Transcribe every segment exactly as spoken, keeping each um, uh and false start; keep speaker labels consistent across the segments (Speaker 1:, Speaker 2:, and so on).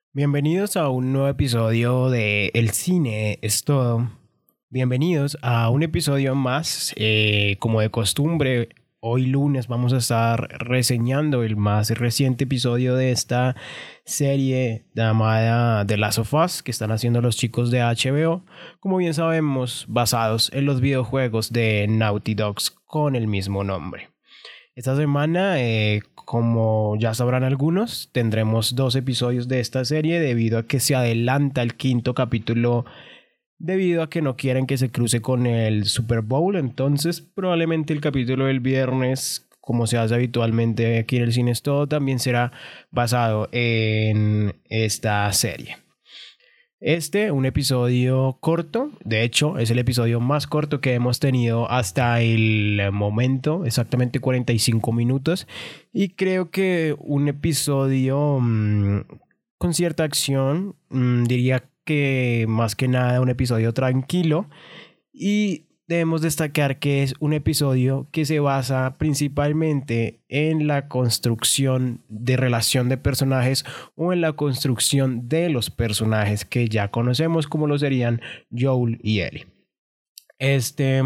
Speaker 1: Bienvenidos a un nuevo episodio de El Cine es Todo. Bienvenidos a un episodio más. Eh, como de costumbre, hoy lunes vamos a estar reseñando el más reciente episodio de esta serie llamada The Last of Us que están haciendo los chicos de H B O, como bien sabemos, basados en los videojuegos de Naughty Dogs con el mismo nombre. Esta semana, eh, como ya sabrán algunos, tendremos dos episodios de esta serie debido a que se adelanta el quinto capítulo debido a que no quieren que se cruce con el Super Bowl. Entonces probablemente el capítulo del viernes, como se hace habitualmente aquí en el Cine es Todo, también será basado en esta serie. Este, un episodio corto, de hecho es el episodio más corto que hemos tenido hasta el momento, exactamente cuarenta y cinco minutos, y creo que un episodio mmm, con cierta acción, mmm, diría que más que nada un episodio tranquilo, y debemos destacar que es un episodio que se basa principalmente en la construcción de relación de personajes o en la construcción de los personajes que ya conocemos, como lo serían Joel y Ellie. Este,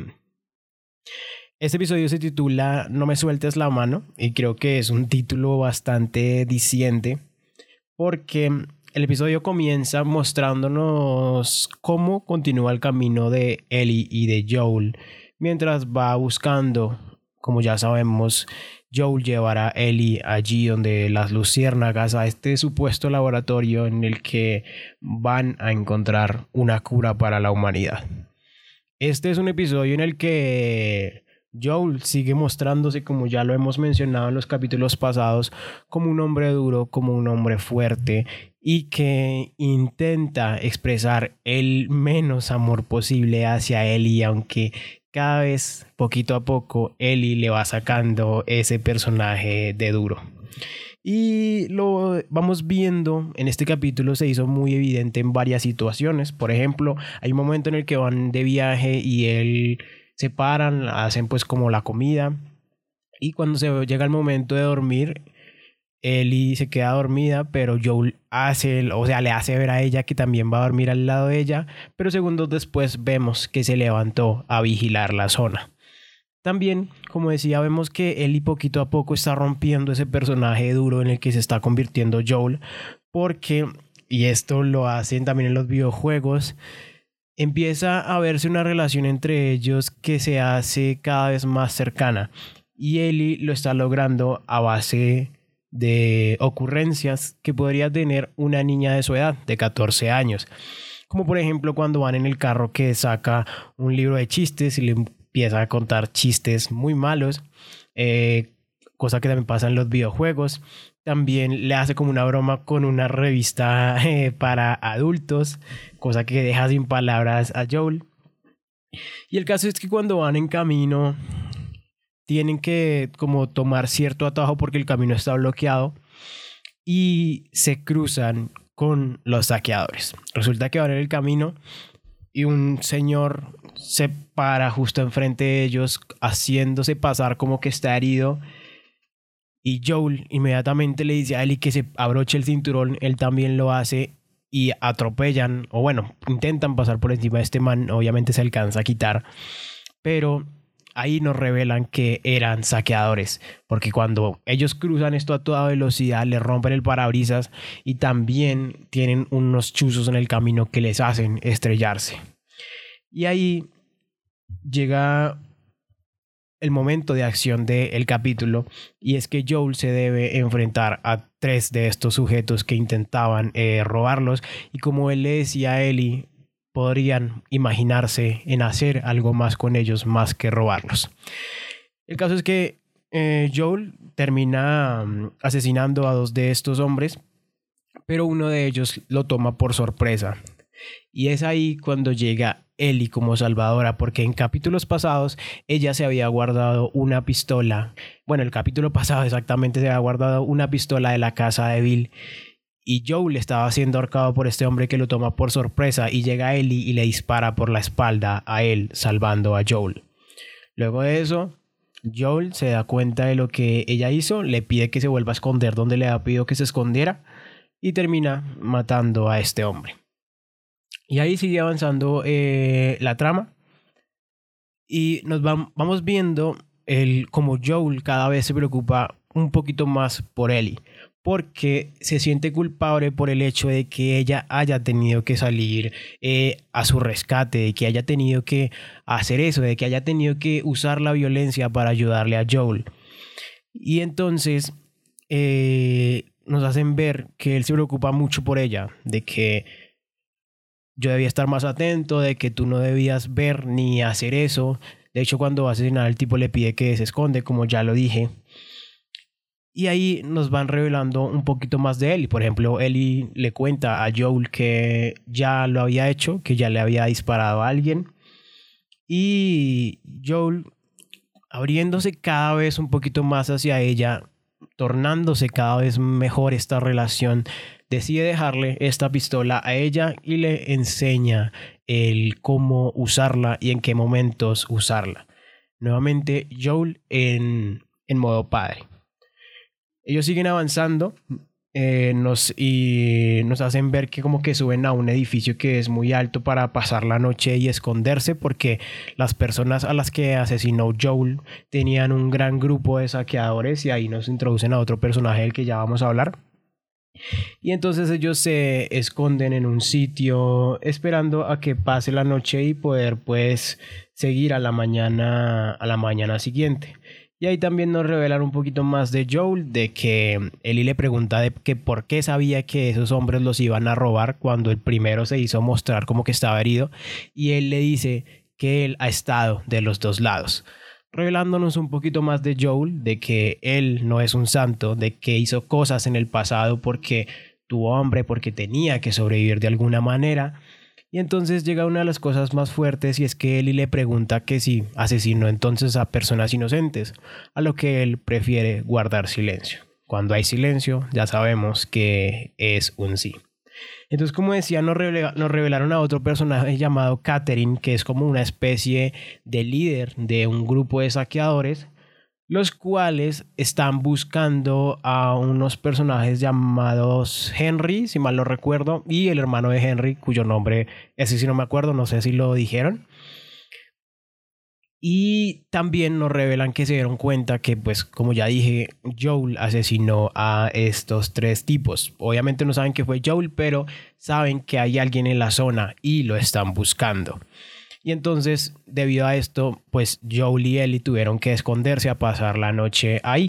Speaker 1: este episodio se titula No me sueltes la mano y creo que es un título bastante diciente porque el episodio comienza mostrándonos cómo continúa el camino de Ellie y de Joel mientras va buscando, como ya sabemos, Joel llevará a Ellie allí donde las luciérnagas, a este supuesto laboratorio en el que van a encontrar una cura para la humanidad. Este es un episodio en el que Joel sigue mostrándose, como ya lo hemos mencionado en los capítulos pasados, como un hombre duro, como un hombre fuerte y que intenta expresar el menos amor posible hacia Ellie, aunque cada vez, poquito a poco, Ellie le va sacando ese personaje de duro. Y lo vamos viendo en este capítulo, se hizo muy evidente en varias situaciones. Por ejemplo, hay un momento en el que van de viaje y él se paran, hacen pues como la comida, y cuando se llega el momento de dormir, Ellie se queda dormida, pero Joel hace, o sea, le hace ver a ella que también va a dormir al lado de ella, pero segundos después vemos que se levantó a vigilar la zona. También, como decía, vemos que Ellie poquito a poco está rompiendo ese personaje duro en el que se está convirtiendo Joel, porque, y esto lo hacen también en los videojuegos, empieza a verse una relación entre ellos que se hace cada vez más cercana, y Ellie lo está logrando a base de ocurrencias que podría tener una niña de su edad, de catorce años, como por ejemplo cuando van en el carro que saca un libro de chistes y le empieza a contar chistes muy malos, eh, cosa que también pasa en los videojuegos. También le hace como una broma con una revista eh, para adultos, cosa que deja sin palabras a Joel. Y el caso es que cuando van en camino tienen que como tomar cierto atajo porque el camino está bloqueado y se cruzan con los saqueadores. Resulta que van en el camino y un señor se para justo enfrente de ellos haciéndose pasar como que está herido, y Joel inmediatamente le dice a Ellie que se abroche el cinturón. Él también lo hace y atropellan, o bueno, intentan pasar por encima de este man. Obviamente se alcanza a quitar, pero ahí nos revelan que eran saqueadores, porque cuando ellos cruzan esto a toda velocidad les rompen el parabrisas y también tienen unos chuzos en el camino que les hacen estrellarse. Y ahí llega el momento de acción del capítulo, y es que Joel se debe enfrentar a tres de estos sujetos que intentaban eh, robarlos, y como él le decía a Ellie, podrían imaginarse en hacer algo más con ellos más que robarlos. El caso es que eh, Joel termina um, asesinando a dos de estos hombres, pero uno de ellos lo toma por sorpresa. Y es ahí cuando llega Ellie como salvadora, porque en capítulos pasados ella se había guardado una pistola. Bueno, el capítulo pasado exactamente se había guardado una pistola de la casa de Bill, y Joel estaba siendo ahorcado por este hombre que lo toma por sorpresa, y llega Ellie y le dispara por la espalda a él, salvando a Joel. Luego de eso, Joel se da cuenta de lo que ella hizo, le pide que se vuelva a esconder donde le había pedido que se escondiera, y termina matando a este hombre. Y ahí sigue avanzando eh, la trama y nos va, vamos viendo el, como Joel cada vez se preocupa un poquito más por Ellie, porque se siente culpable por el hecho de que ella haya tenido que salir eh, a su rescate, de que haya tenido que hacer eso, de que haya tenido que usar la violencia para ayudarle a Joel. Y entonces eh, nos hacen ver que él se preocupa mucho por ella, de que yo debía estar más atento, de que tú no debías ver ni hacer eso. De hecho, cuando va a asesinar al tipo le pide que se esconde, como ya lo dije. Y ahí nos van revelando un poquito más de Ellie. Por ejemplo, Ellie le cuenta a Joel que ya lo había hecho, que ya le había disparado a alguien. Y Joel, abriéndose cada vez un poquito más hacia ella, tornándose cada vez mejor esta relación, decide dejarle esta pistola a ella y le enseña el cómo usarla y en qué momentos usarla. Nuevamente Joel en, en modo padre. Ellos siguen avanzando eh, nos, y nos hacen ver que como que suben a un edificio que es muy alto para pasar la noche y esconderse, porque las personas a las que asesinó Joel tenían un gran grupo de saqueadores, y ahí nos introducen a otro personaje del que ya vamos a hablar. Y entonces ellos se esconden en un sitio esperando a que pase la noche y poder pues seguir a la mañana, a la mañana siguiente. Y ahí también nos revelan un poquito más de Joel, de que Ellie le pregunta de que por qué sabía que esos hombres los iban a robar cuando el primero se hizo mostrar como que estaba herido, y él le dice que él ha estado de los dos lados, revelándonos un poquito más de Joel, de que él no es un santo, de que hizo cosas en el pasado porque tuvo hambre, porque tenía que sobrevivir de alguna manera. Y entonces llega una de las cosas más fuertes, y es que Ellie le pregunta que si asesinó entonces a personas inocentes, a lo que él prefiere guardar silencio. Cuando hay silencio ya sabemos que es un sí. Entonces, como decía, nos, revela, nos revelaron a otro personaje llamado Catherine, que es como una especie de líder de un grupo de saqueadores, los cuales están buscando a unos personajes llamados Henry, si mal no recuerdo, y el hermano de Henry, cuyo nombre, ese sí no me acuerdo, no sé si lo dijeron. Y también nos revelan que se dieron cuenta que, pues, como ya dije, Joel asesinó a estos tres tipos. Obviamente no saben que fue Joel, pero saben que hay alguien en la zona y lo están buscando. Y entonces, debido a esto, pues Joel y Ellie tuvieron que esconderse a pasar la noche ahí.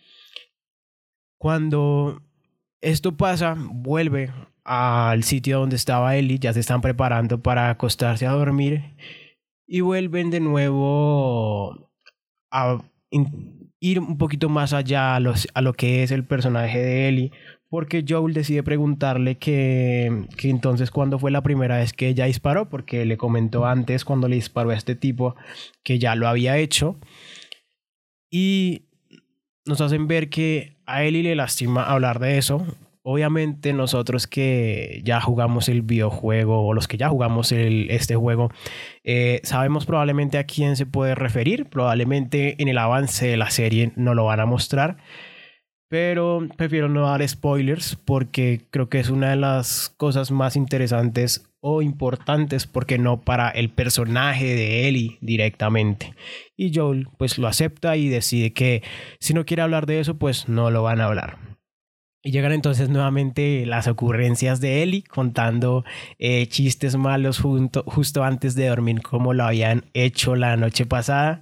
Speaker 1: Cuando esto pasa, vuelve al sitio donde estaba Ellie, ya se están preparando para acostarse a dormir, y vuelven de nuevo a ir un poquito más allá a, los, a lo que es el personaje de Ellie, porque Joel decide preguntarle que, que entonces cuándo fue la primera vez que ella disparó, porque le comentó antes, cuando le disparó a este tipo, que ya lo había hecho. Y nos hacen ver que a Ellie le lastima hablar de eso. Obviamente nosotros que ya jugamos el videojuego, o los que ya jugamos el, este juego, eh, sabemos probablemente a quién se puede referir. Probablemente en el avance de la serie no lo van a mostrar, pero prefiero no dar spoilers porque creo que es una de las cosas más interesantes o importantes, porque no, para el personaje de Ellie directamente. Y Joel pues lo acepta y decide que si no quiere hablar de eso, pues no lo van a hablar. Y llegan entonces nuevamente las ocurrencias de Ellie contando eh, chistes malos junto, justo antes de dormir, como lo habían hecho la noche pasada.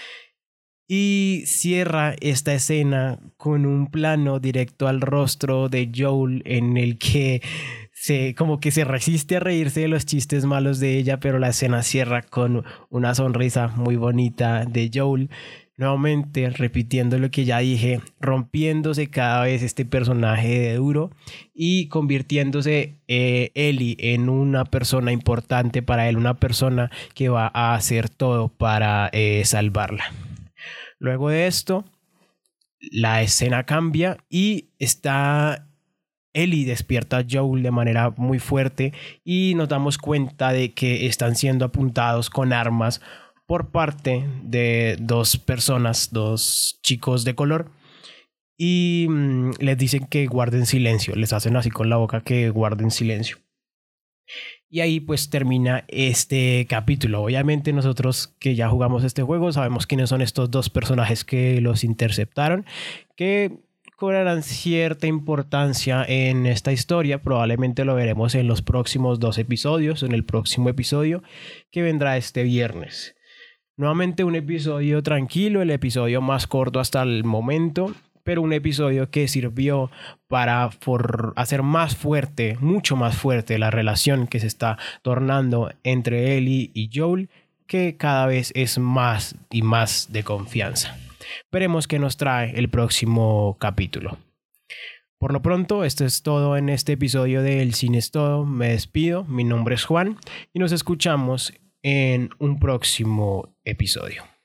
Speaker 1: Y cierra esta escena con un plano directo al rostro de Joel, en el que se, como que se resiste a reírse de los chistes malos de ella, pero la escena cierra con una sonrisa muy bonita de Joel. Nuevamente repitiendo lo que ya dije, rompiéndose cada vez este personaje de duro y convirtiéndose eh, Ellie en una persona importante para él, una persona que va a hacer todo para eh, salvarla. Luego de esto, la escena cambia y está Ellie despierta a Joel de manera muy fuerte, y nos damos cuenta de que están siendo apuntados con armas por parte de dos personas, dos chicos de color, y mmm, les dicen que guarden silencio, les hacen así con la boca que guarden silencio. Y ahí pues termina este capítulo. Obviamente nosotros que ya jugamos este juego sabemos quiénes son estos dos personajes que los interceptaron, que cobrarán cierta importancia en esta historia. Probablemente lo veremos en los próximos dos episodios, en el próximo episodio que vendrá este viernes. Nuevamente un episodio tranquilo, el episodio más corto hasta el momento, pero un episodio que sirvió para for- hacer más fuerte, mucho más fuerte la relación que se está tornando entre Ellie y Joel, que cada vez es más y más de confianza. Veremos qué nos trae el próximo capítulo. Por lo pronto, esto es todo en este episodio de El Cine es Todo. Me despido, mi nombre es Juan y nos escuchamos en un próximo episodio.